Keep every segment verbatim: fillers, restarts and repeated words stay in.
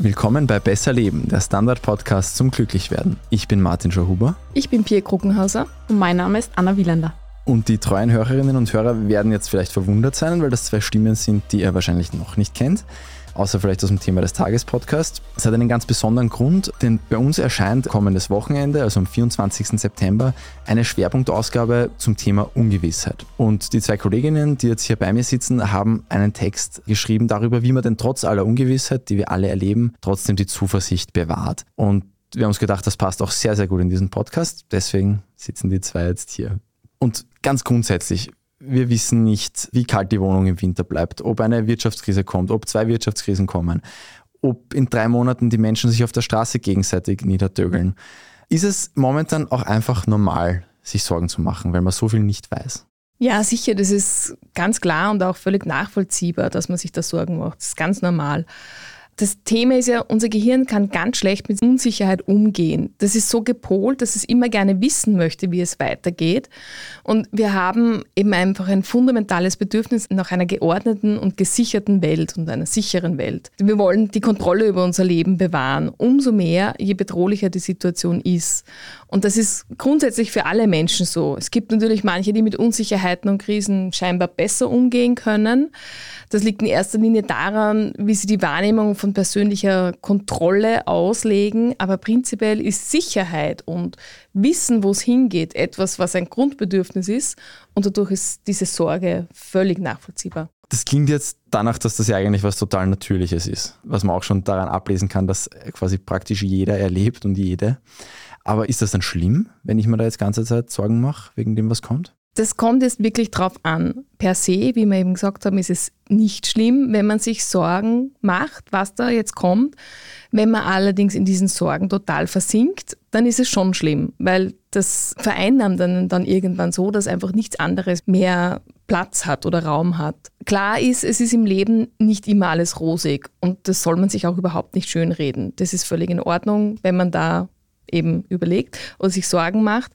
Willkommen bei Besser Leben, der Standard-Podcast zum Glücklichwerden. Ich bin Martin Schauhuber. Ich bin Pia Kruckenhauser. Und mein Name ist Anna Wielander. Und die treuen Hörerinnen und Hörer werden jetzt vielleicht verwundert sein, weil das zwei Stimmen sind, die ihr wahrscheinlich noch nicht kennt. Außer vielleicht aus dem Thema des Tages-Podcast. Es hat einen ganz besonderen Grund, denn bei uns erscheint kommendes Wochenende, also am vierundzwanzigsten September, eine Schwerpunktausgabe zum Thema Ungewissheit. Und die zwei Kolleginnen, die jetzt hier bei mir sitzen, haben einen Text geschrieben darüber, wie man denn trotz aller Ungewissheit, die wir alle erleben, trotzdem die Zuversicht bewahrt. Und wir haben uns gedacht, das passt auch sehr, sehr gut in diesen Podcast. Deswegen sitzen die zwei jetzt hier. Und ganz grundsätzlich, wir wissen nicht, wie kalt die Wohnung im Winter bleibt, ob eine Wirtschaftskrise kommt, ob zwei Wirtschaftskrisen kommen, ob in drei Monaten die Menschen sich auf der Straße gegenseitig niederdögeln. Ist es momentan auch einfach normal, sich Sorgen zu machen, weil man so viel nicht weiß? Ja, sicher, das ist ganz klar und auch völlig nachvollziehbar, dass man sich da Sorgen macht. Das ist ganz normal. Das Thema ist ja, unser Gehirn kann ganz schlecht mit Unsicherheit umgehen. Das ist so gepolt, dass es immer gerne wissen möchte, wie es weitergeht. Und wir haben eben einfach ein fundamentales Bedürfnis nach einer geordneten und gesicherten Welt und einer sicheren Welt. Wir wollen die Kontrolle über unser Leben bewahren, umso mehr, je bedrohlicher die Situation ist. Und das ist grundsätzlich für alle Menschen so. Es gibt natürlich manche, die mit Unsicherheiten und Krisen scheinbar besser umgehen können. Das liegt in erster Linie daran, wie sie die Wahrnehmung von persönlicher Kontrolle auslegen. Aber prinzipiell ist Sicherheit und Wissen, wo es hingeht, etwas, was ein Grundbedürfnis ist. Und dadurch ist diese Sorge völlig nachvollziehbar. Das klingt jetzt danach, dass das ja eigentlich was total Natürliches ist, was man auch schon daran ablesen kann, dass quasi praktisch jeder erlebt und jede. Aber ist das dann schlimm, wenn ich mir da jetzt ganze Zeit Sorgen mache, wegen dem, was kommt? Das kommt jetzt wirklich drauf an. Per se, wie wir eben gesagt haben, ist es nicht schlimm, wenn man sich Sorgen macht, was da jetzt kommt. Wenn man allerdings in diesen Sorgen total versinkt, dann ist es schon schlimm, weil das vereinnahmt dann, dann irgendwann so, dass einfach nichts anderes mehr Platz hat oder Raum hat. Klar ist, es ist im Leben nicht immer alles rosig und das soll man sich auch überhaupt nicht schönreden. Das ist völlig in Ordnung, wenn man da eben überlegt oder sich Sorgen macht.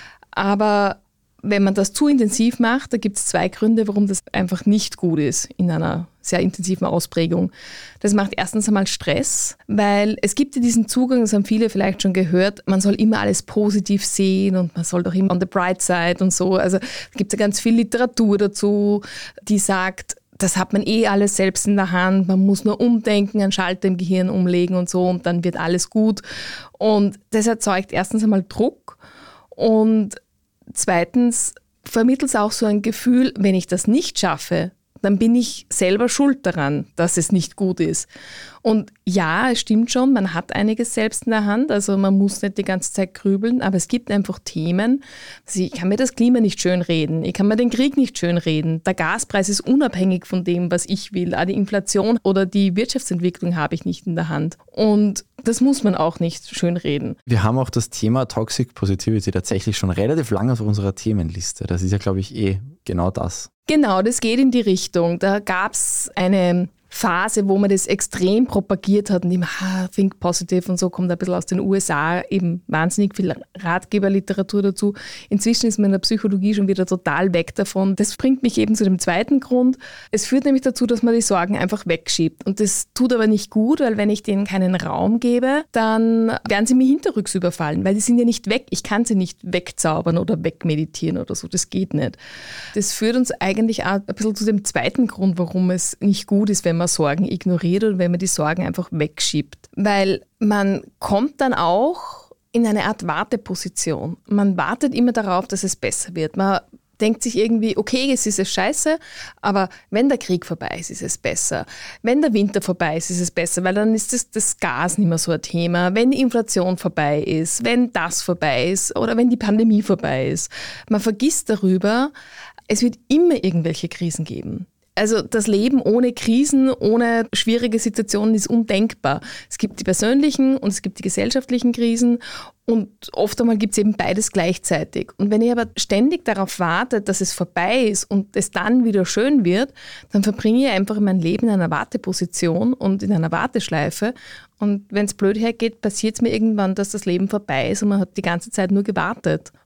Aber wenn man das zu intensiv macht, da gibt es zwei Gründe, warum das einfach nicht gut ist in einer sehr intensiven Ausprägung. Das macht erstens einmal Stress, weil es gibt ja diesen Zugang, das haben viele vielleicht schon gehört, man soll immer alles positiv sehen und man soll doch immer on the bright side und so. Also es gibt ja ganz viel Literatur dazu, die sagt, das hat man eh alles selbst in der Hand, man muss nur umdenken, einen Schalter im Gehirn umlegen und so und dann wird alles gut. Und das erzeugt erstens einmal Druck und zweitens vermittelt es auch so ein Gefühl, wenn ich das nicht schaffe, dann bin ich selber schuld daran, dass es nicht gut ist. Und ja, es stimmt schon, man hat einiges selbst in der Hand, also man muss nicht die ganze Zeit grübeln, aber es gibt einfach Themen, also ich kann mir das Klima nicht schönreden, ich kann mir den Krieg nicht schönreden, der Gaspreis ist unabhängig von dem, was ich will, auch die Inflation oder die Wirtschaftsentwicklung habe ich nicht in der Hand. Und das muss man auch nicht schönreden. Wir haben auch das Thema Toxic Positivity tatsächlich schon relativ lange auf unserer Themenliste. Das ist ja, glaube ich, eh genau das. Genau, das geht in die Richtung. Da gab es eine Phase, wo man das extrem propagiert hat und immer ah, Think Positive und so, kommt ein bisschen aus den U S A, eben wahnsinnig viel Ratgeberliteratur dazu. Inzwischen ist man in der Psychologie schon wieder total weg davon. Das bringt mich eben zu dem zweiten Grund. Es führt nämlich dazu, dass man die Sorgen einfach wegschiebt und das tut aber nicht gut, weil wenn ich denen keinen Raum gebe, dann werden sie mir hinterrücks überfallen, weil die sind ja nicht weg. Ich kann sie nicht wegzaubern oder wegmeditieren oder so, das geht nicht. Das führt uns eigentlich auch ein bisschen zu dem zweiten Grund, warum es nicht gut ist, wenn man Sorgen ignoriert oder wenn man die Sorgen einfach wegschiebt. Weil man kommt dann auch in eine Art Warteposition. Man wartet immer darauf, dass es besser wird. Man denkt sich irgendwie, okay, es ist es scheiße, aber wenn der Krieg vorbei ist, ist es besser. Wenn der Winter vorbei ist, ist es besser, weil dann ist das, das Gas nicht mehr so ein Thema. Wenn die Inflation vorbei ist, wenn das vorbei ist oder wenn die Pandemie vorbei ist. Man vergisst darüber, es wird immer irgendwelche Krisen geben. Also das Leben ohne Krisen, ohne schwierige Situationen ist undenkbar. Es gibt die persönlichen und es gibt die gesellschaftlichen Krisen und oft einmal gibt es eben beides gleichzeitig. Und wenn ich aber ständig darauf warte, dass es vorbei ist und es dann wieder schön wird, dann verbringe ich einfach mein Leben in einer Warteposition und in einer Warteschleife. Und wenn es blöd hergeht, passiert es mir irgendwann, dass das Leben vorbei ist und man hat die ganze Zeit nur gewartet.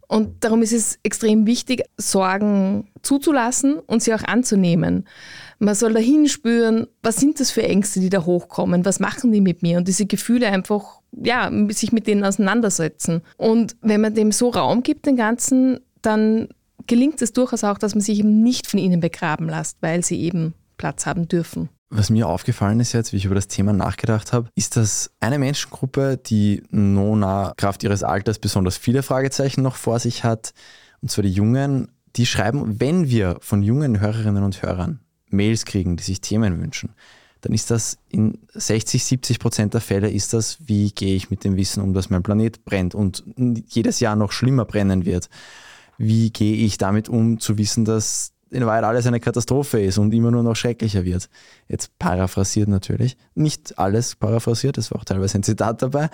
Und darum ist es extrem wichtig, Sorgen zuzulassen und sie auch anzunehmen. Man soll da hinspüren, was sind das für Ängste, die da hochkommen, was machen die mit mir und diese Gefühle einfach, ja, sich mit denen auseinandersetzen. Und wenn man dem so Raum gibt, den Ganzen, dann gelingt es durchaus auch, dass man sich eben nicht von ihnen begraben lässt, weil sie eben Platz haben dürfen. Was mir aufgefallen ist jetzt, wie ich über das Thema nachgedacht habe, ist, dass eine Menschengruppe, die Nona Kraft ihres Alters besonders viele Fragezeichen noch vor sich hat, und zwar die Jungen, die schreiben, wenn wir von jungen Hörerinnen und Hörern Mails kriegen, die sich Themen wünschen, dann ist das in sechzig, siebzig Prozent der Fälle ist das, wie gehe ich mit dem Wissen um, dass mein Planet brennt und jedes Jahr noch schlimmer brennen wird. Wie gehe ich damit um, zu wissen, dass in Wahrheit alles eine Katastrophe ist und immer nur noch schrecklicher wird. Jetzt paraphrasiert natürlich. Nicht alles paraphrasiert, es war auch teilweise ein Zitat dabei.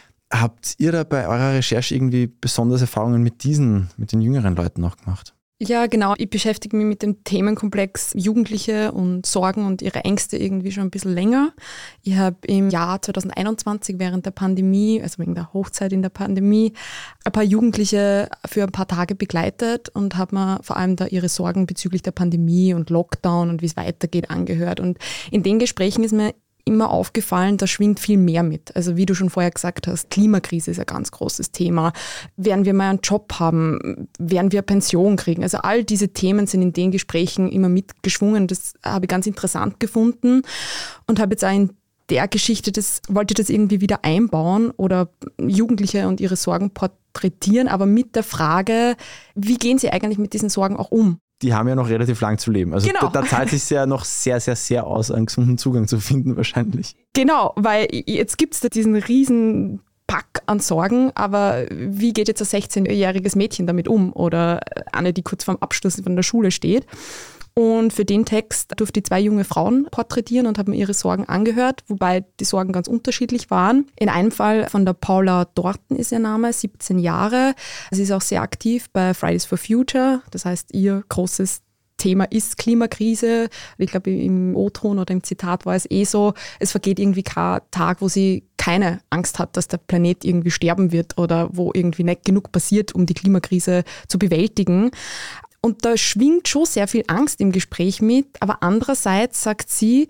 Habt ihr da bei eurer Recherche irgendwie besondere Erfahrungen mit diesen, mit den jüngeren Leuten auch gemacht? Ja, genau. Ich beschäftige mich mit dem Themenkomplex Jugendliche und Sorgen und ihre Ängste irgendwie schon ein bisschen länger. Ich habe im Jahr zwanzig einundzwanzig während der Pandemie, also wegen der Hochzeit in der Pandemie, ein paar Jugendliche für ein paar Tage begleitet und habe mir vor allem da ihre Sorgen bezüglich der Pandemie und Lockdown und wie es weitergeht angehört. Und in den Gesprächen ist mir immer aufgefallen, da schwingt viel mehr mit. Also wie du schon vorher gesagt hast, Klimakrise ist ein ganz großes Thema. Werden wir mal einen Job haben? Werden wir Pension kriegen? Also all diese Themen sind in den Gesprächen immer mitgeschwungen. Das habe ich ganz interessant gefunden und habe jetzt auch in der Geschichte, das wollte das irgendwie wieder einbauen oder Jugendliche und ihre Sorgen porträtieren, aber mit der Frage, wie gehen sie eigentlich mit diesen Sorgen auch um? Die haben ja noch relativ lang zu leben. Also genau. da, da zahlt es sich ja noch sehr, sehr, sehr aus, einen gesunden Zugang zu finden wahrscheinlich. Genau, weil jetzt gibt es da diesen riesen Pack an Sorgen, aber wie geht jetzt ein sechzehnjähriges Mädchen damit um oder eine, die kurz vorm Abschluss von der Schule steht? Und für den Text durfte ich zwei junge Frauen porträtieren und habe mir ihre Sorgen angehört, wobei die Sorgen ganz unterschiedlich waren. In einem Fall von der Paula Dorten ist ihr Name, siebzehn Jahre. Sie ist auch sehr aktiv bei Fridays for Future, das heißt, ihr großes Thema ist Klimakrise. Ich glaube, im O-Ton oder im Zitat war es eh so, es vergeht irgendwie kein Tag, wo sie keine Angst hat, dass der Planet irgendwie sterben wird oder wo irgendwie nicht genug passiert, um die Klimakrise zu bewältigen. Und da schwingt schon sehr viel Angst im Gespräch mit, aber andererseits sagt sie,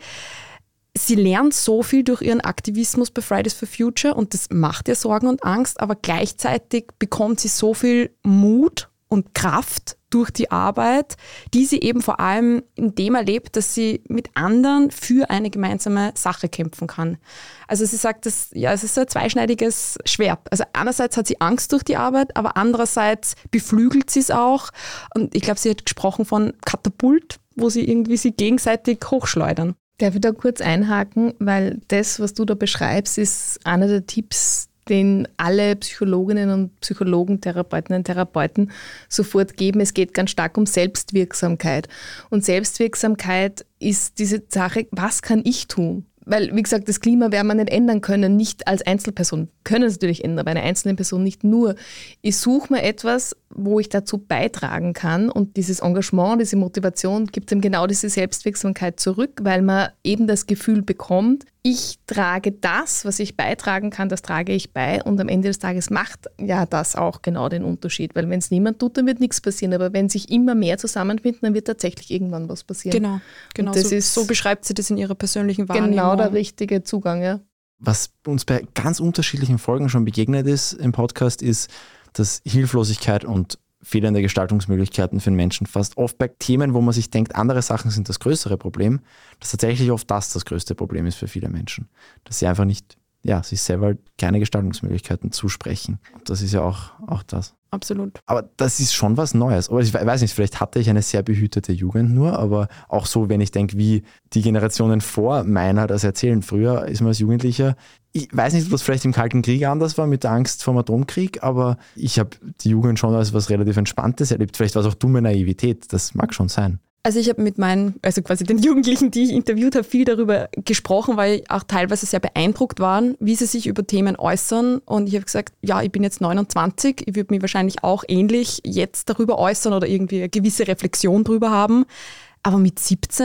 sie lernt so viel durch ihren Aktivismus bei Fridays for Future und das macht ihr Sorgen und Angst, aber gleichzeitig bekommt sie so viel Mut und Kraft durch die Arbeit, die sie eben vor allem in dem erlebt, dass sie mit anderen für eine gemeinsame Sache kämpfen kann. Also sie sagt, dass, ja, es ist ein zweischneidiges Schwert. Also einerseits hat sie Angst durch die Arbeit, aber andererseits beflügelt sie es auch. Und ich glaube, sie hat gesprochen von Katapult, wo sie irgendwie sie gegenseitig hochschleudern. Darf ich da kurz einhaken, weil das, was du da beschreibst, ist einer der Tipps, den alle Psychologinnen und Psychologen, Therapeutinnen und Therapeuten sofort geben. Es geht ganz stark um Selbstwirksamkeit. Und Selbstwirksamkeit ist diese Sache, was kann ich tun? Weil, wie gesagt, das Klima werden wir nicht ändern können, nicht als Einzelperson. Können es natürlich ändern, aber eine einzelne Person nicht nur. Ich suche mir etwas, wo ich dazu beitragen kann und dieses Engagement, diese Motivation gibt ihm genau diese Selbstwirksamkeit zurück, weil man eben das Gefühl bekommt, ich trage das, was ich beitragen kann, das trage ich bei und am Ende des Tages macht ja das auch genau den Unterschied, weil wenn es niemand tut, dann wird nichts passieren, aber wenn sich immer mehr zusammenfinden, dann wird tatsächlich irgendwann was passieren. Genau, genau. Das so, ist so beschreibt sie das in ihrer persönlichen Wahrnehmung. Genau der richtige Zugang, ja. Was uns bei ganz unterschiedlichen Folgen schon begegnet ist im Podcast, ist, dass Hilflosigkeit und fehlende Gestaltungsmöglichkeiten für den Menschen fast oft bei Themen, wo man sich denkt, andere Sachen sind das größere Problem, dass tatsächlich oft das das größte Problem ist für viele Menschen. Dass sie einfach nicht, ja, sich selber keine Gestaltungsmöglichkeiten zusprechen. Und das ist ja auch, auch das. Absolut. Aber das ist schon was Neues. Aber ich weiß nicht, vielleicht hatte ich eine sehr behütete Jugend nur, aber auch so, wenn ich denke, wie die Generationen vor meiner das erzählen. Früher ist man als Jugendlicher, ich weiß nicht, was vielleicht im Kalten Krieg anders war mit der Angst vor dem Atomkrieg, aber ich habe die Jugend schon als was relativ Entspanntes erlebt. Vielleicht war es auch dumme Naivität, das mag schon sein. Also ich habe mit meinen, also quasi den Jugendlichen, die ich interviewt habe, viel darüber gesprochen, weil auch teilweise sehr beeindruckt waren, wie sie sich über Themen äußern. Und ich habe gesagt, ja, ich bin jetzt neunundzwanzig, ich würde mich wahrscheinlich auch ähnlich jetzt darüber äußern oder irgendwie eine gewisse Reflexion darüber haben. Aber mit siebzehn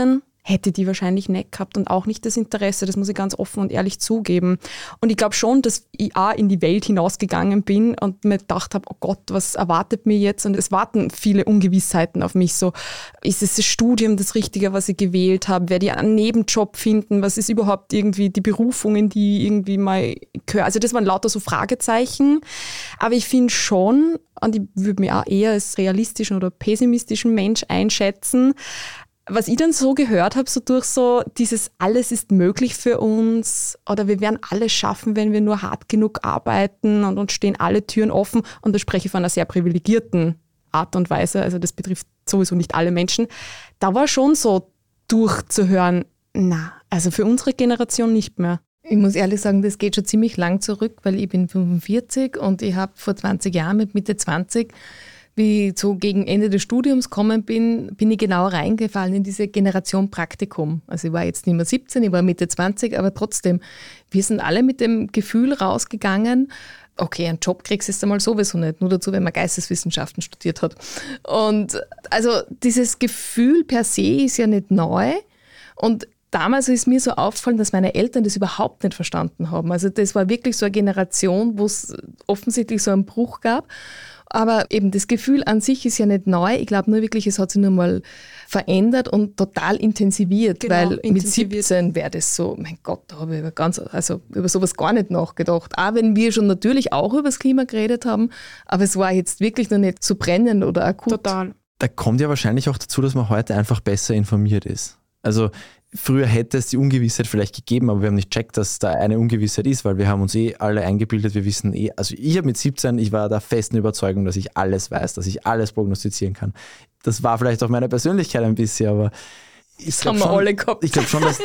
hätte die wahrscheinlich nicht gehabt und auch nicht das Interesse, das muss ich ganz offen und ehrlich zugeben. Und ich glaube schon, dass ich auch in die Welt hinausgegangen bin und mir gedacht habe, oh Gott, was erwartet mir jetzt? Und es warten viele Ungewissheiten auf mich. So, ist es das Studium das Richtige, was ich gewählt habe? Werde ich einen Nebenjob finden? Was ist überhaupt irgendwie die Berufung, in die irgendwie mal gehöre? Also das waren lauter so Fragezeichen. Aber ich finde schon, und ich würde mich auch eher als realistischen oder pessimistischen Mensch einschätzen, was ich dann so gehört habe, so durch so dieses alles ist möglich für uns oder wir werden alles schaffen, wenn wir nur hart genug arbeiten und uns stehen alle Türen offen. Und da spreche ich von einer sehr privilegierten Art und Weise, also das betrifft sowieso nicht alle Menschen. Da war schon so durchzuhören, na, also für unsere Generation nicht mehr. Ich muss ehrlich sagen, das geht schon ziemlich lang zurück, weil ich bin fünfundvierzig und ich habe vor zwanzig Jahren mit Mitte zwanzig, wie ich so gegen Ende des Studiums gekommen bin, bin ich genau reingefallen in diese Generation Praktikum. Also ich war jetzt nicht mehr siebzehn, ich war Mitte zwanzig, aber trotzdem, wir sind alle mit dem Gefühl rausgegangen, okay, einen Job kriegst du jetzt einmal sowieso nicht, nur dazu, wenn man Geisteswissenschaften studiert hat. Und also dieses Gefühl per se ist ja nicht neu und damals ist mir so aufgefallen, dass meine Eltern das überhaupt nicht verstanden haben. Also das war wirklich so eine Generation, wo es offensichtlich so einen Bruch gab. Aber eben das Gefühl an sich ist ja nicht neu. Ich glaube nur wirklich, es hat sich nur mal verändert und total intensiviert. Genau, weil intensiviert. Mit siebzehn wäre das so, mein Gott, da habe ich über, ganz, also über sowas gar nicht nachgedacht. Auch wenn wir schon natürlich auch über das Klima geredet haben, aber es war jetzt wirklich noch nicht so brennend oder akut. Total. Da kommt ja wahrscheinlich auch dazu, dass man heute einfach besser informiert ist. Also früher hätte es die Ungewissheit vielleicht gegeben, aber wir haben nicht gecheckt, dass da eine Ungewissheit ist, weil wir haben uns eh alle eingebildet, wir wissen eh, also ich habe mit siebzehn, ich war der festen Überzeugung, dass ich alles weiß, dass ich alles prognostizieren kann. Das war vielleicht auch meine Persönlichkeit ein bisschen, aber ich glaube schon, alle gehabt. Ich glaube schon, dass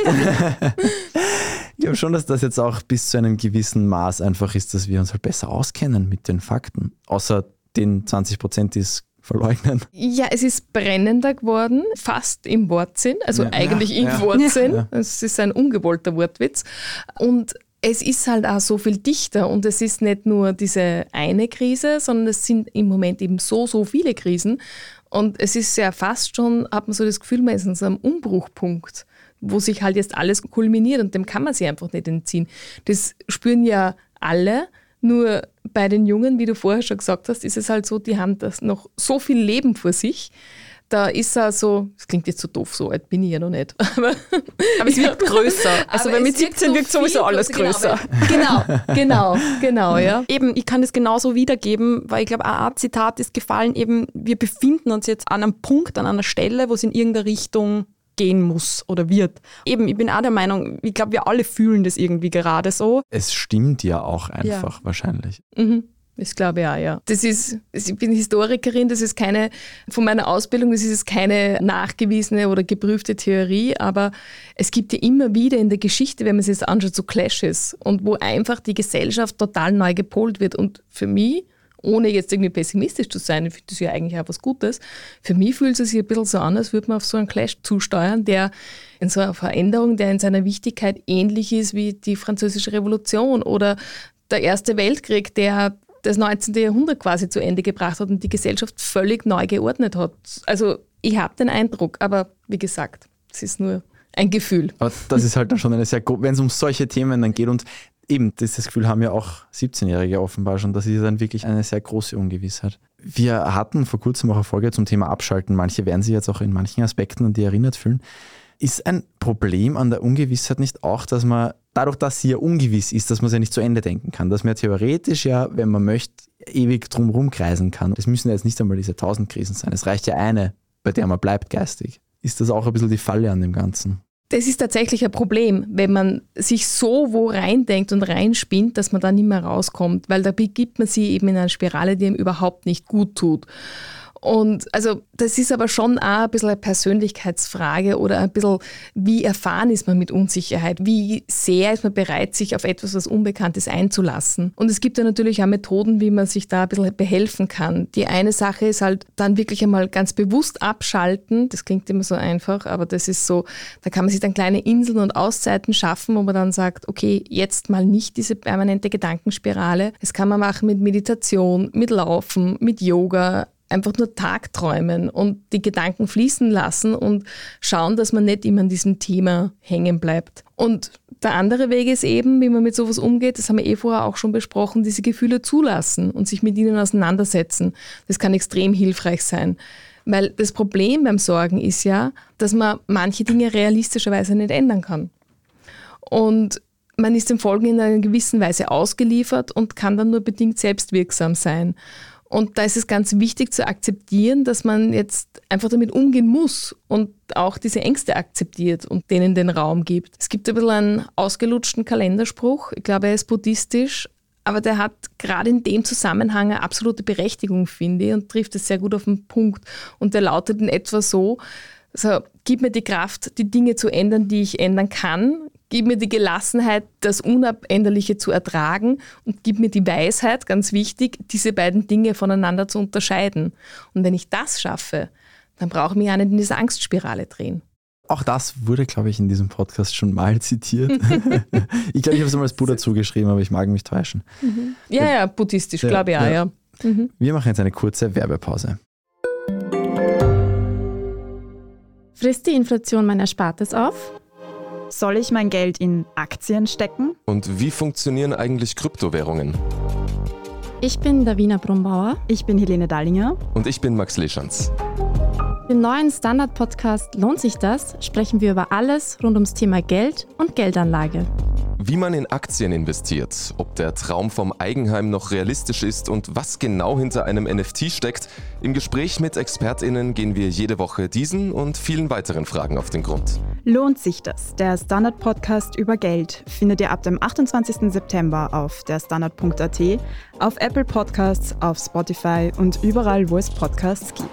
ich glaube schon, dass das jetzt auch bis zu einem gewissen Maß einfach ist, dass wir uns halt besser auskennen mit den Fakten, außer den zwanzig Prozent, die es verleugnen. Ja, es ist brennender geworden, fast im Wortsinn, also ja, eigentlich ja, im ja. Wortsinn. Ja. Es ist ein ungewollter Wortwitz. Und es ist halt auch so viel dichter und es ist nicht nur diese eine Krise, sondern es sind im Moment eben so, so viele Krisen. Und es ist ja fast schon, hat man so das Gefühl, man ist an so einem Umbruchpunkt, wo sich halt jetzt alles kulminiert und dem kann man sich einfach nicht entziehen. Das spüren ja alle. Nur bei den Jungen, wie du vorher schon gesagt hast, ist es halt so, die haben das noch so viel Leben vor sich. Da ist er so, das klingt jetzt so doof, so alt bin ich ja noch nicht. Aber, aber es wirkt größer. Also weil mit siebzehn wirkt so sowieso alles größer. Genau, genau, genau, ja. Eben, ich kann das genauso wiedergeben, weil ich glaube, ein Zitat ist gefallen, eben, wir befinden uns jetzt an einem Punkt, an einer Stelle, wo es in irgendeiner Richtung gehen muss oder wird. Eben, ich bin auch der Meinung, ich glaube, wir alle fühlen das irgendwie gerade so. Es stimmt ja auch einfach ja. wahrscheinlich. Mhm. Das glaube ich auch, ja. Das ist, ich bin Historikerin, das ist keine, von meiner Ausbildung, das ist keine nachgewiesene oder geprüfte Theorie, aber es gibt ja immer wieder in der Geschichte, wenn man sich das anschaut, so Clashes und wo einfach die Gesellschaft total neu gepolt wird. Und für mich, ohne jetzt irgendwie pessimistisch zu sein, ich finde das ja eigentlich auch was Gutes, für mich fühlt es sich ein bisschen so an, als würde man auf so einen Clash zusteuern, der in so einer Veränderung, der in seiner Wichtigkeit ähnlich ist wie die Französische Revolution oder der Erste Weltkrieg, der das neunzehnten Jahrhundert quasi zu Ende gebracht hat und die Gesellschaft völlig neu geordnet hat. Also ich habe den Eindruck, aber wie gesagt, es ist nur ein Gefühl. Aber das ist halt dann schon eine sehr, wenn es um solche Themen dann geht und eben, dieses Gefühl haben ja auch siebzehnjährige offenbar schon, das ist dann wirklich eine sehr große Ungewissheit. Wir hatten vor kurzem auch eine Folge zum Thema Abschalten, manche werden sich jetzt auch in manchen Aspekten an die erinnert fühlen. Ist ein Problem an der Ungewissheit nicht auch, dass man dadurch, dass sie ja ungewiss ist, dass man sie ja nicht zu Ende denken kann, dass man theoretisch ja, wenn man möchte, ewig drumherum kreisen kann. Das müssen ja jetzt nicht einmal diese tausend Krisen sein, es reicht ja eine, bei der man bleibt geistig. Ist das auch ein bisschen die Falle an dem Ganzen? Das ist tatsächlich ein Problem, wenn man sich so wo reindenkt und reinspinnt, dass man da nicht mehr rauskommt, weil da begibt man sich eben in eine Spirale, die ihm überhaupt nicht gut tut. Und also das ist aber schon auch ein bisschen eine Persönlichkeitsfrage oder ein bisschen, wie erfahren ist man mit Unsicherheit? Wie sehr ist man bereit, sich auf etwas, was Unbekanntes einzulassen? Und es gibt ja natürlich auch Methoden, wie man sich da ein bisschen behelfen kann. Die eine Sache ist halt dann wirklich einmal ganz bewusst abschalten. Das klingt immer so einfach, aber das ist so, da kann man sich dann kleine Inseln und Auszeiten schaffen, wo man dann sagt, okay, jetzt mal nicht diese permanente Gedankenspirale. Das kann man machen mit Meditation, mit Laufen, mit Yoga, einfach nur tagträumen und die Gedanken fließen lassen und schauen, dass man nicht immer an diesem Thema hängen bleibt. Und der andere Weg ist eben, wie man mit sowas umgeht, das haben wir eh vorher auch schon besprochen, diese Gefühle zulassen und sich mit ihnen auseinandersetzen. Das kann extrem hilfreich sein. Weil das Problem beim Sorgen ist ja, dass man manche Dinge realistischerweise nicht ändern kann. Und man ist den Folgen in einer gewissen Weise ausgeliefert und kann dann nur bedingt selbstwirksam sein. Und da ist es ganz wichtig zu akzeptieren, dass man jetzt einfach damit umgehen muss und auch diese Ängste akzeptiert und denen den Raum gibt. Es gibt ein bisschen einen ausgelutschten Kalenderspruch, ich glaube, er ist buddhistisch, aber der hat gerade in dem Zusammenhang eine absolute Berechtigung, finde ich, und trifft es sehr gut auf den Punkt. Und der lautet in etwa so, so, gib mir die Kraft, die Dinge zu ändern, die ich ändern kann. Gib mir die Gelassenheit, das Unabänderliche zu ertragen und gib mir die Weisheit, ganz wichtig, diese beiden Dinge voneinander zu unterscheiden. Und wenn ich das schaffe, dann brauche ich mich auch nicht in dieser Angstspirale drehen. Auch das wurde, glaube ich, in diesem Podcast schon mal zitiert. ich glaube, ich habe es einmal als Buddha zugeschrieben, aber ich mag mich täuschen. Mhm. Ja, ja, buddhistisch, ja, glaube ich auch, ja. ja. Mhm. Wir machen jetzt eine kurze Werbepause. Frisst die Inflation mein Erspartes auf? Soll ich mein Geld in Aktien stecken? Und wie funktionieren eigentlich Kryptowährungen? Ich bin Davina Brumbauer. Ich bin Helene Dallinger. Und ich bin Max Leschanz. Im neuen Standard-Podcast Lohnt sich das? Sprechen wir über alles rund ums Thema Geld und Geldanlage. Wie man in Aktien investiert, ob der Traum vom Eigenheim noch realistisch ist und was genau hinter einem N F T steckt. Im Gespräch mit ExpertInnen gehen wir jede Woche diesen und vielen weiteren Fragen auf den Grund. Lohnt sich das? Der Standard-Podcast über Geld findet ihr ab dem achtundzwanzigsten September auf der Standard punkt a t, auf Apple Podcasts, auf Spotify und überall, wo es Podcasts gibt.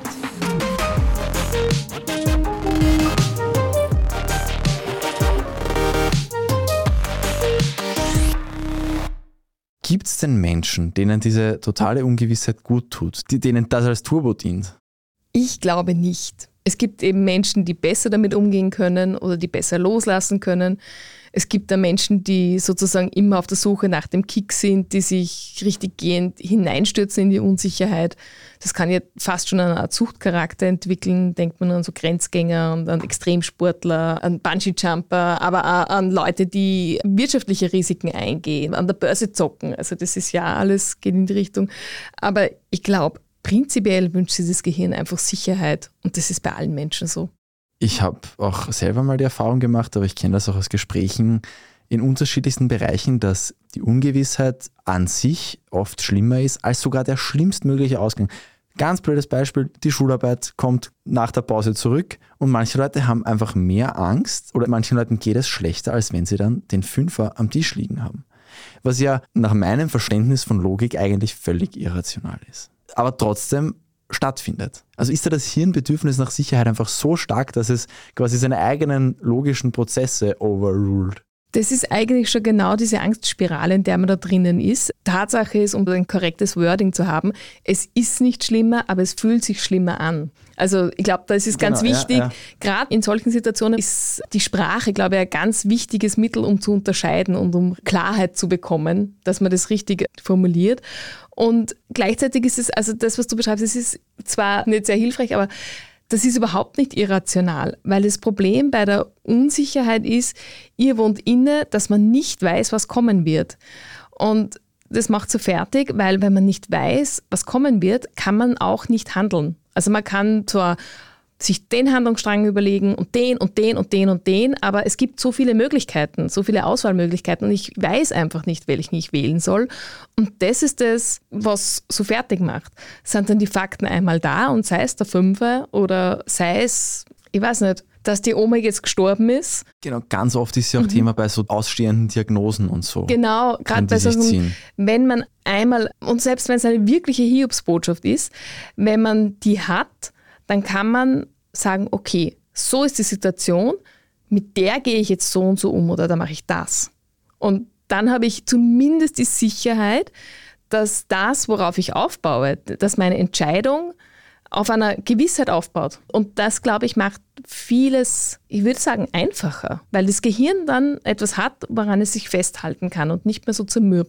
Gibt es denn Menschen, denen diese totale Ungewissheit gut tut, die, denen das als Turbo dient? Ich glaube nicht. Es gibt eben Menschen, die besser damit umgehen können oder die besser loslassen können. Es gibt da Menschen, die sozusagen immer auf der Suche nach dem Kick sind, die sich richtig gehend hineinstürzen in die Unsicherheit. Das kann ja fast schon eine Art Suchtcharakter entwickeln. Denkt man an so Grenzgänger und an Extremsportler, an Bungee-Jumper, aber auch an Leute, die wirtschaftliche Risiken eingehen, an der Börse zocken. Also das ist ja alles, geht in die Richtung. Aber ich glaube, prinzipiell wünscht sich das Gehirn einfach Sicherheit und das ist bei allen Menschen so. Ich habe auch selber mal die Erfahrung gemacht, aber ich kenne das auch aus Gesprächen in unterschiedlichsten Bereichen, dass die Ungewissheit an sich oft schlimmer ist als sogar der schlimmstmögliche Ausgang. Ganz blödes Beispiel, die Schularbeit kommt nach der Pause zurück und manche Leute haben einfach mehr Angst oder manchen Leuten geht es schlechter, als wenn sie dann den Fünfer am Tisch liegen haben. Was ja nach meinem Verständnis von Logik eigentlich völlig irrational ist. Aber trotzdem stattfindet. Also ist da das Hirnbedürfnis nach Sicherheit einfach so stark, dass es quasi seine eigenen logischen Prozesse overruled? Das ist eigentlich schon genau diese Angstspirale, in der man da drinnen ist. Tatsache ist, um ein korrektes Wording zu haben, es ist nicht schlimmer, aber es fühlt sich schlimmer an. Also ich glaube, das ist ganz genau, wichtig. Ja, ja. Gerade in solchen Situationen ist die Sprache, glaube ich, ein ganz wichtiges Mittel, um zu unterscheiden und um Klarheit zu bekommen, dass man das richtig formuliert. Und gleichzeitig ist es, also das, was du beschreibst, es ist zwar nicht sehr hilfreich, aber das ist überhaupt nicht irrational, weil das Problem bei der Unsicherheit ist, ihr wohnt inne, dass man nicht weiß, was kommen wird. Und das macht so fertig, weil wenn man nicht weiß, was kommen wird, kann man auch nicht handeln. Also man kann zwar sich den Handlungsstrang überlegen und den und den und den und den, aber es gibt so viele Möglichkeiten, so viele Auswahlmöglichkeiten und ich weiß einfach nicht, welchen ich wählen soll. Und das ist das, was so fertig macht. Sind dann die Fakten einmal da und sei es der Fünfer oder sei es, ich weiß nicht, dass die Oma jetzt gestorben ist. Genau, ganz oft ist ja auch mhm. Thema bei so ausstehenden Diagnosen und so. Genau, gerade bei so einem, wenn man einmal, und selbst wenn es eine wirkliche Hiobsbotschaft ist, wenn man die hat, dann kann man sagen, okay, so ist die Situation, mit der gehe ich jetzt so und so um oder da mache ich das. Und dann habe ich zumindest die Sicherheit, dass das, worauf ich aufbaue, dass meine Entscheidung auf einer Gewissheit aufbaut. Und das, glaube ich, macht vieles, ich würde sagen, einfacher, weil das Gehirn dann etwas hat, woran es sich festhalten kann und nicht mehr so zermürbt.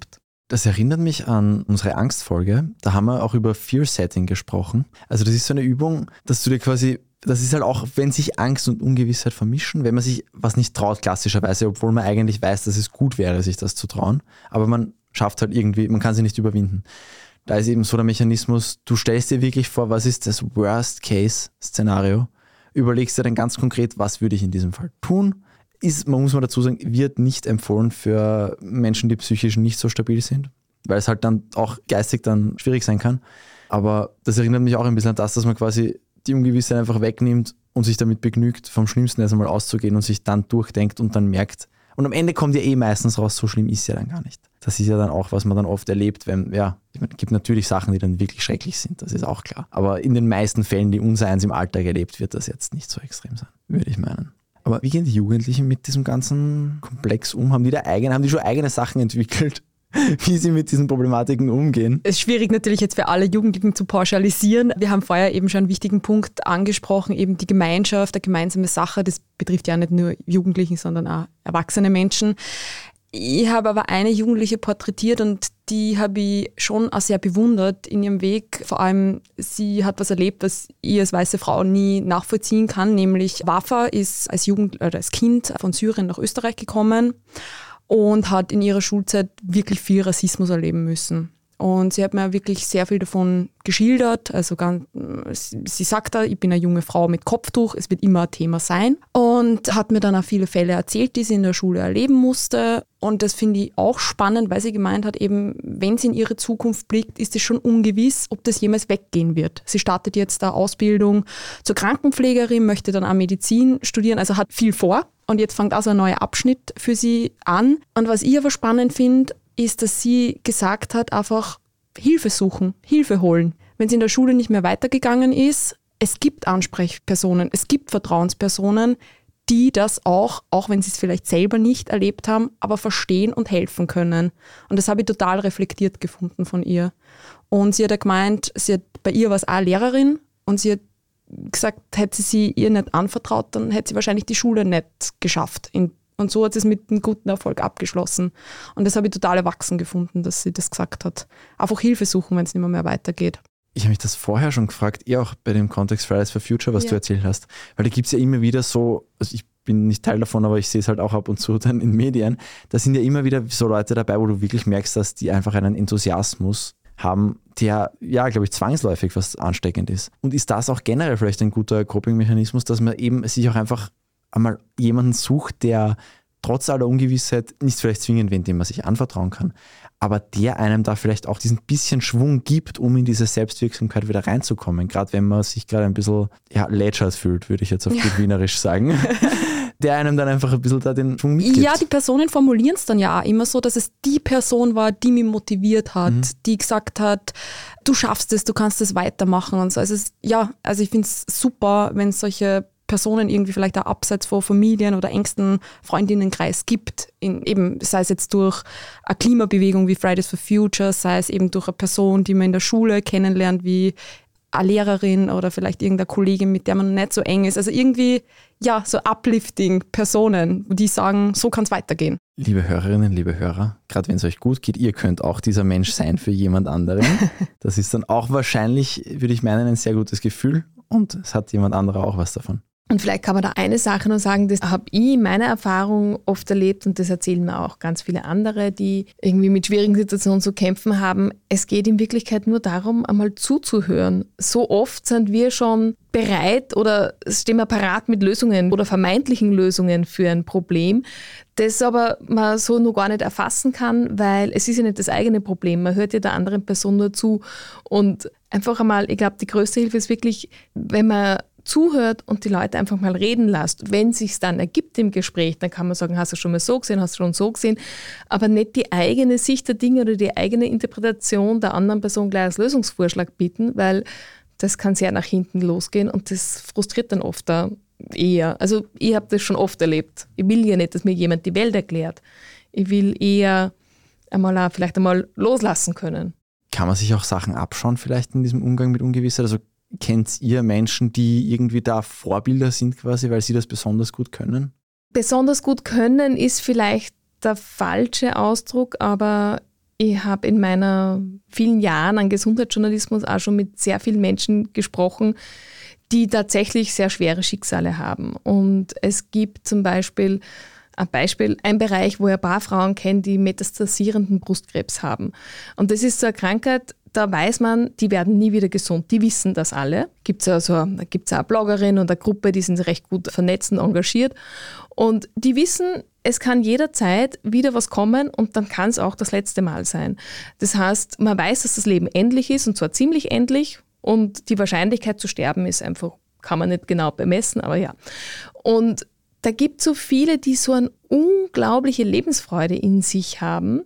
Das erinnert mich an unsere Angstfolge. Da haben wir auch über Fear-Setting gesprochen. Also das ist so eine Übung, dass du dir quasi, das ist halt auch, wenn sich Angst und Ungewissheit vermischen, wenn man sich was nicht traut klassischerweise, obwohl man eigentlich weiß, dass es gut wäre, sich das zu trauen, aber man schafft halt irgendwie, man kann sie nicht überwinden. Da ist eben so der Mechanismus, du stellst dir wirklich vor, was ist das Worst-Case-Szenario, überlegst dir dann ganz konkret, was würde ich in diesem Fall tun. Ist, man muss mal dazu sagen, wird nicht empfohlen für Menschen, die psychisch nicht so stabil sind, weil es halt dann auch geistig dann schwierig sein kann. Aber das erinnert mich auch ein bisschen an das, dass man quasi die Ungewissheit einfach wegnimmt und sich damit begnügt, vom Schlimmsten erst einmal auszugehen und sich dann durchdenkt und dann merkt. Und am Ende kommt ja eh meistens raus, so schlimm ist es ja dann gar nicht. Das ist ja dann auch, was man dann oft erlebt, wenn, ja, ich meine, es gibt natürlich Sachen, die dann wirklich schrecklich sind, das ist auch klar. Aber in den meisten Fällen, die unsereins im Alltag erlebt, wird das jetzt nicht so extrem sein, würde ich meinen. Aber wie gehen die Jugendlichen mit diesem ganzen Komplex um? Haben die da eigene, haben die schon eigene Sachen entwickelt, wie sie mit diesen Problematiken umgehen? Es ist schwierig natürlich jetzt für alle Jugendlichen zu pauschalisieren. Wir haben vorher eben schon einen wichtigen Punkt angesprochen, eben die Gemeinschaft, eine gemeinsame Sache. Das betrifft ja nicht nur Jugendlichen, sondern auch erwachsene Menschen. Ich habe aber eine Jugendliche porträtiert und die habe ich schon auch sehr bewundert in ihrem Weg. Vor allem, sie hat was erlebt, was ich als weiße Frau nie nachvollziehen kann, nämlich Wafa ist als Jugend oder als Kind von Syrien nach Österreich gekommen und hat in ihrer Schulzeit wirklich viel Rassismus erleben müssen. Und sie hat mir wirklich sehr viel davon geschildert. Also ganz, sie sagt da, ich bin eine junge Frau mit Kopftuch, es wird immer ein Thema sein. Und hat mir dann auch viele Fälle erzählt, die sie in der Schule erleben musste. Und das finde ich auch spannend, weil sie gemeint hat, eben, wenn sie in ihre Zukunft blickt, ist es schon ungewiss, ob das jemals weggehen wird. Sie startet jetzt eine Ausbildung zur Krankenpflegerin, möchte dann auch Medizin studieren, also hat viel vor. Und jetzt fängt also ein neuer Abschnitt für sie an. Und was ich aber spannend finde, ist, dass sie gesagt hat, einfach Hilfe suchen, Hilfe holen. Wenn sie in der Schule nicht mehr weitergegangen ist, es gibt Ansprechpersonen, es gibt Vertrauenspersonen, die das auch, auch wenn sie es vielleicht selber nicht erlebt haben, aber verstehen und helfen können. Und das habe ich total reflektiert gefunden von ihr. Und sie hat ja gemeint, sie hat, bei ihr war es auch Lehrerin und sie hat gesagt, hätte sie sie ihr nicht anvertraut, dann hätte sie wahrscheinlich die Schule nicht geschafft. In, und so hat sie es mit einem guten Erfolg abgeschlossen. Und das habe ich total erwachsen gefunden, dass sie das gesagt hat. Einfach Hilfe suchen, wenn es nicht mehr, mehr weitergeht. Ich habe mich das vorher schon gefragt, eher auch bei dem Kontext Fridays for Future, was ja. du erzählt hast. Weil da gibt es ja immer wieder so, also ich bin nicht Teil davon, aber ich sehe es halt auch ab und zu dann in Medien, da sind ja immer wieder so Leute dabei, wo du wirklich merkst, dass die einfach einen Enthusiasmus haben, der, ja, glaube ich, zwangsläufig was ansteckend ist. Und ist das auch generell vielleicht ein guter Coping-Mechanismus, dass man eben sich auch einfach einmal jemanden sucht, der trotz aller Ungewissheit nicht vielleicht zwingend wen, dem man sich anvertrauen kann, aber der einem da vielleicht auch diesen bisschen Schwung gibt, um in diese Selbstwirksamkeit wieder reinzukommen, gerade wenn man sich gerade ein bisschen ja, lätschert fühlt, würde ich jetzt auf gut ja. Wienerisch sagen. Der einem dann einfach ein bisschen da den Schwung mitgibt. Ja, die Personen formulieren es dann ja auch immer so, dass es die Person war, die mich motiviert hat, mhm. die gesagt hat, du schaffst es, du kannst es weitermachen und so. Also es, ja, also ich finde es super, wenn es solche Personen irgendwie vielleicht auch abseits von Familien oder engsten Freundinnenkreis gibt, in eben, sei es jetzt durch eine Klimabewegung wie Fridays for Future, sei es eben durch eine Person, die man in der Schule kennenlernt, wie eine Lehrerin oder vielleicht irgendeine Kollegin, mit der man nicht so eng ist. Also irgendwie, ja, so uplifting Personen, die sagen, so kann es weitergehen. Liebe Hörerinnen, liebe Hörer, gerade wenn es euch gut geht, ihr könnt auch dieser Mensch sein für jemand anderen. Das ist dann auch wahrscheinlich, würde ich meinen, ein sehr gutes Gefühl und es hat jemand anderer auch was davon. Und vielleicht kann man da eine Sache noch sagen, das habe ich in meiner Erfahrung oft erlebt und das erzählen mir auch ganz viele andere, die irgendwie mit schwierigen Situationen zu kämpfen haben. Es geht in Wirklichkeit nur darum, einmal zuzuhören. So oft sind wir schon bereit oder stehen wir parat mit Lösungen oder vermeintlichen Lösungen für ein Problem, das aber man so noch gar nicht erfassen kann, weil es ist ja nicht das eigene Problem. Man hört ja der anderen Person nur zu und einfach einmal, ich glaube, die größte Hilfe ist wirklich, wenn man zuhört und die Leute einfach mal reden lässt. Wenn es sich dann ergibt im Gespräch, dann kann man sagen, hast du schon mal so gesehen, hast du schon so gesehen, aber nicht die eigene Sicht der Dinge oder die eigene Interpretation der anderen Person gleich als Lösungsvorschlag bieten, weil das kann sehr nach hinten losgehen und das frustriert dann oft da eher. Also ich habe das schon oft erlebt. Ich will ja nicht, dass mir jemand die Welt erklärt. Ich will eher einmal auch vielleicht einmal loslassen können. Kann man sich auch Sachen abschauen vielleicht in diesem Umgang mit Ungewissheit? Also kennt ihr Menschen, die irgendwie da Vorbilder sind quasi, weil sie das besonders gut können? Besonders gut können ist vielleicht der falsche Ausdruck, aber Ich habe in meinen vielen Jahren an Gesundheitsjournalismus auch schon mit sehr vielen Menschen gesprochen, die tatsächlich sehr schwere Schicksale haben. Und es gibt zum Beispiel ein Beispiel, ein Bereich, wo ich ein paar Frauen kenne, die metastasierenden Brustkrebs haben. Und das ist so eine Krankheit, da weiß man, die werden nie wieder gesund. Die wissen das alle. Gibt's ja so, da gibt es auch eine Bloggerin und eine Gruppe, die sind recht gut vernetzt und engagiert. Und die wissen, es kann jederzeit wieder was kommen und dann kann es auch das letzte Mal sein. Das heißt, man weiß, dass das Leben endlich ist und zwar ziemlich endlich und die Wahrscheinlichkeit zu sterben ist einfach, kann man nicht genau bemessen, aber ja. Und da gibt es so viele, die so eine unglaubliche Lebensfreude in sich haben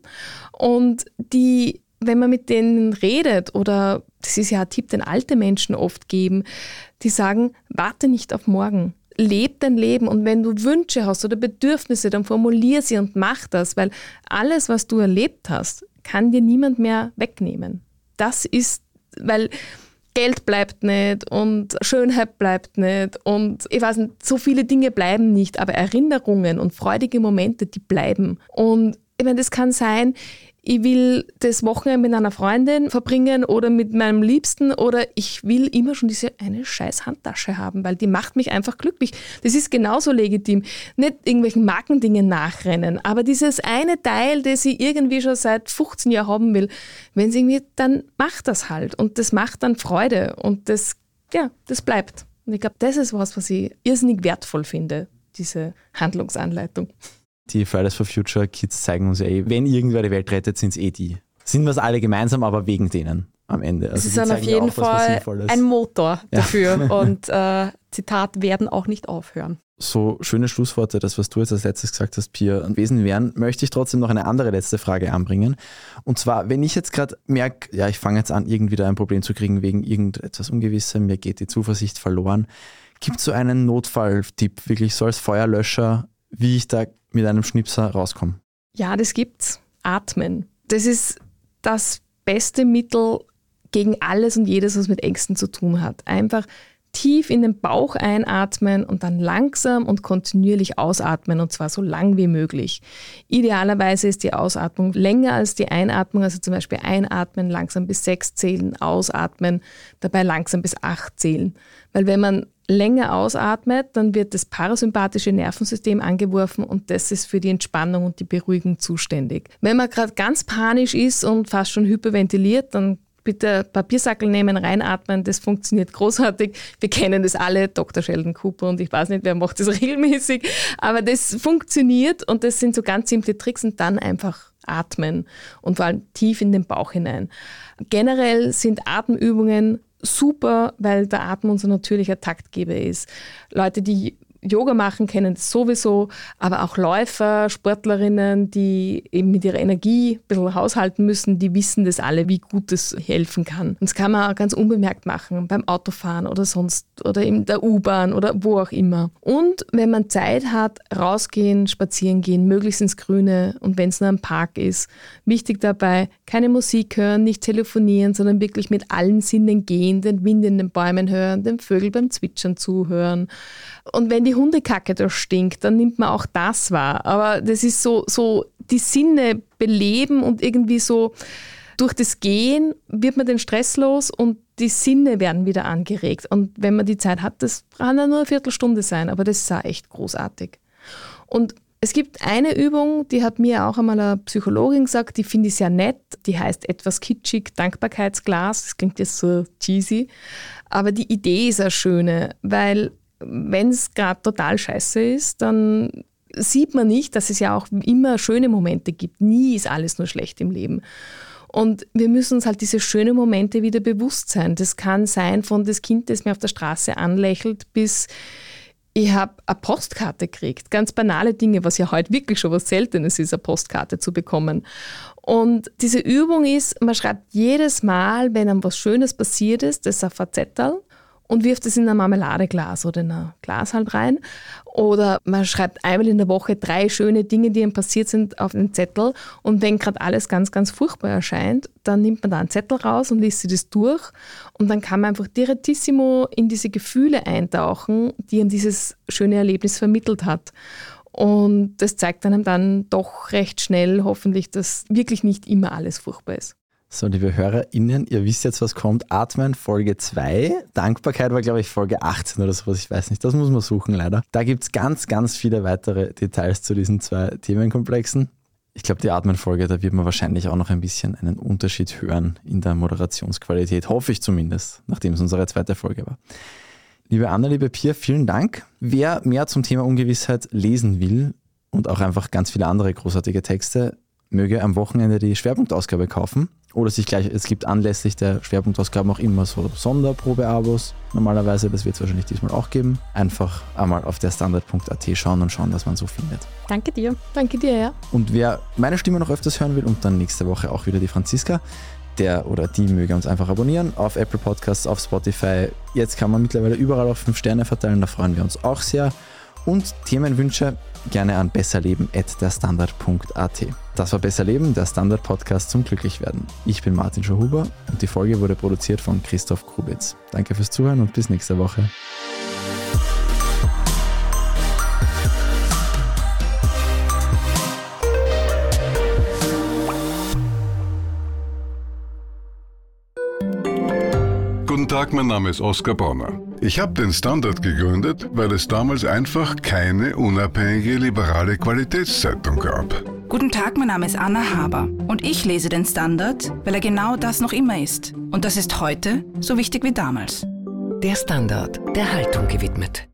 und die, wenn man mit denen redet oder, das ist ja ein Tipp, den alte Menschen oft geben, die sagen, warte nicht auf morgen, leb dein Leben und wenn du Wünsche hast oder Bedürfnisse, dann formulier sie und mach das, weil alles, was du erlebt hast, kann dir niemand mehr wegnehmen. Das ist, weil Geld bleibt nicht und Schönheit bleibt nicht und ich weiß nicht, so viele Dinge bleiben nicht, aber Erinnerungen und freudige Momente, die bleiben. Und ich meine, das kann sein, ich will das Wochenende mit einer Freundin verbringen oder mit meinem Liebsten oder ich will immer schon diese eine scheiß Handtasche haben, weil die macht mich einfach glücklich. Das ist genauso legitim. Nicht irgendwelchen Markendingen nachrennen, aber dieses eine Teil, das ich irgendwie schon seit fünfzehn Jahren haben will, wenn es irgendwie, dann macht das halt und das macht dann Freude und das, ja, das bleibt. Und ich glaube, das ist was, was ich irrsinnig wertvoll finde, diese Handlungsanleitung. Die Fridays for Future Kids zeigen uns ja eh, wenn irgendwer die Welt rettet, sind es eh die. Sind wir es alle gemeinsam, aber wegen denen am Ende. Also es ist dann auf jeden Fall ein Motor dafür ja. Und äh, Zitat, werden auch nicht aufhören. So schöne Schlussworte, das was du jetzt als letztes gesagt hast, Pia, gewesen wären, möchte ich trotzdem noch eine andere letzte Frage anbringen. Und zwar, wenn ich jetzt gerade merke, ja, ich fange jetzt an, irgendwie da ein Problem zu kriegen wegen irgendetwas Ungewissem, mir geht die Zuversicht verloren. Gibt es so einen Notfalltipp, wirklich so als Feuerlöscher, wie ich da mit einem Schnipser rauskomme? Ja, das gibt's. Atmen. Das ist das beste Mittel gegen alles und jedes, was mit Ängsten zu tun hat. Einfach tief in den Bauch einatmen und dann langsam und kontinuierlich ausatmen und zwar so lang wie möglich. Idealerweise ist die Ausatmung länger als die Einatmung, also zum Beispiel einatmen, langsam bis sechs zählen, ausatmen, dabei langsam bis acht zählen. Weil wenn man länger ausatmet, dann wird das parasympathische Nervensystem angeworfen und das ist für die Entspannung und die Beruhigung zuständig. Wenn man gerade ganz panisch ist und fast schon hyperventiliert, dann bitte Papiersackel nehmen, reinatmen, das funktioniert großartig. Wir kennen das alle, Doktor Sheldon Cooper und ich weiß nicht, wer macht das regelmäßig, aber das funktioniert und das sind so ganz simple Tricks und dann einfach atmen und vor allem tief in den Bauch hinein. Generell sind Atemübungen super, weil der Atem unser natürlicher Taktgeber ist. Leute, die Yoga machen, kennen das sowieso, aber auch Läufer, Sportlerinnen, die eben mit ihrer Energie ein bisschen haushalten müssen, die wissen das alle, wie gut das helfen kann. Und das kann man auch ganz unbemerkt machen, beim Autofahren oder sonst oder in der U-Bahn oder wo auch immer. Und wenn man Zeit hat, rausgehen, spazieren gehen, möglichst ins Grüne und wenn es nur ein Park ist. Wichtig dabei, keine Musik hören, nicht telefonieren, sondern wirklich mit allen Sinnen gehen, den Wind in den Bäumen hören, den Vögel beim Zwitschern zuhören. Und wenn die Hundekacke da stinkt, dann nimmt man auch das wahr. Aber das ist so, so die Sinne beleben und irgendwie so durch das Gehen wird man den Stress los und die Sinne werden wieder angeregt. Und wenn man die Zeit hat, das kann ja nur eine Viertelstunde sein, aber das ist auch echt großartig. Und es gibt eine Übung, die hat mir auch einmal eine Psychologin gesagt, die finde ich sehr nett, die heißt etwas kitschig, Dankbarkeitsglas, das klingt jetzt so cheesy, aber die Idee ist eine schöne, weil wenn es gerade total scheiße ist, dann sieht man nicht, dass es ja auch immer schöne Momente gibt. Nie ist alles nur schlecht im Leben. Und wir müssen uns halt diese schönen Momente wieder bewusst sein. Das kann sein von das Kind, das mir auf der Straße anlächelt, bis ich habe eine Postkarte gekriegt. Ganz banale Dinge, was ja heute wirklich schon was Seltenes ist, eine Postkarte zu bekommen. Und diese Übung ist, man schreibt jedes Mal, wenn einem was Schönes passiert ist, das auf ein Zettel und wirft es in ein Marmeladeglas oder in ein Glas halt rein. Oder man schreibt einmal in der Woche drei schöne Dinge, die einem passiert sind, auf den Zettel. Und wenn gerade alles ganz, ganz furchtbar erscheint, dann nimmt man da einen Zettel raus und liest sich das durch. Und dann kann man einfach direttissimo in diese Gefühle eintauchen, die ihm dieses schöne Erlebnis vermittelt hat. Und das zeigt einem dann doch recht schnell hoffentlich, dass wirklich nicht immer alles furchtbar ist. So, liebe HörerInnen, ihr wisst jetzt, was kommt. Atmen, Folge zwei. Dankbarkeit war, glaube ich, Folge achtzehn oder sowas. Ich weiß nicht, das muss man suchen, leider. Da gibt es ganz, ganz viele weitere Details zu diesen zwei Themenkomplexen. Ich glaube, die Atmen-Folge, da wird man wahrscheinlich auch noch ein bisschen einen Unterschied hören in der Moderationsqualität. Hoffe ich zumindest, nachdem es unsere zweite Folge war. Liebe Anna, liebe Pia, vielen Dank. Wer mehr zum Thema Ungewissheit lesen will und auch einfach ganz viele andere großartige Texte, möge am Wochenende die Schwerpunktausgabe kaufen oder sich gleich, es gibt anlässlich der Schwerpunktausgaben auch immer so Sonderprobe-Abos. Normalerweise, das wird es wahrscheinlich diesmal auch geben. Einfach einmal auf der standard punkt a t schauen und schauen, was man so findet. Danke dir. Danke dir, ja. Und wer meine Stimme noch öfters hören will und dann nächste Woche auch wieder die Franziska, der oder die möge uns einfach abonnieren auf Apple Podcasts, auf Spotify. Jetzt kann man mittlerweile überall auch fünf Sterne verteilen, da freuen wir uns auch sehr. Und Themenwünsche gerne an besserleben at der standard punkt a t. Das war Besserleben, der Standard-Podcast zum Glücklichwerden. Ich bin Martin Schauhuber und die Folge wurde produziert von Christoph Grubitz. Danke fürs Zuhören und bis nächste Woche. Guten Tag, mein Name ist Oskar Bonner. Ich habe den Standard gegründet, weil es damals einfach keine unabhängige liberale Qualitätszeitung gab. Guten Tag, mein Name ist Anna Haber und ich lese den Standard, weil er genau das noch immer ist. Und das ist heute so wichtig wie damals. Der Standard, der Haltung gewidmet.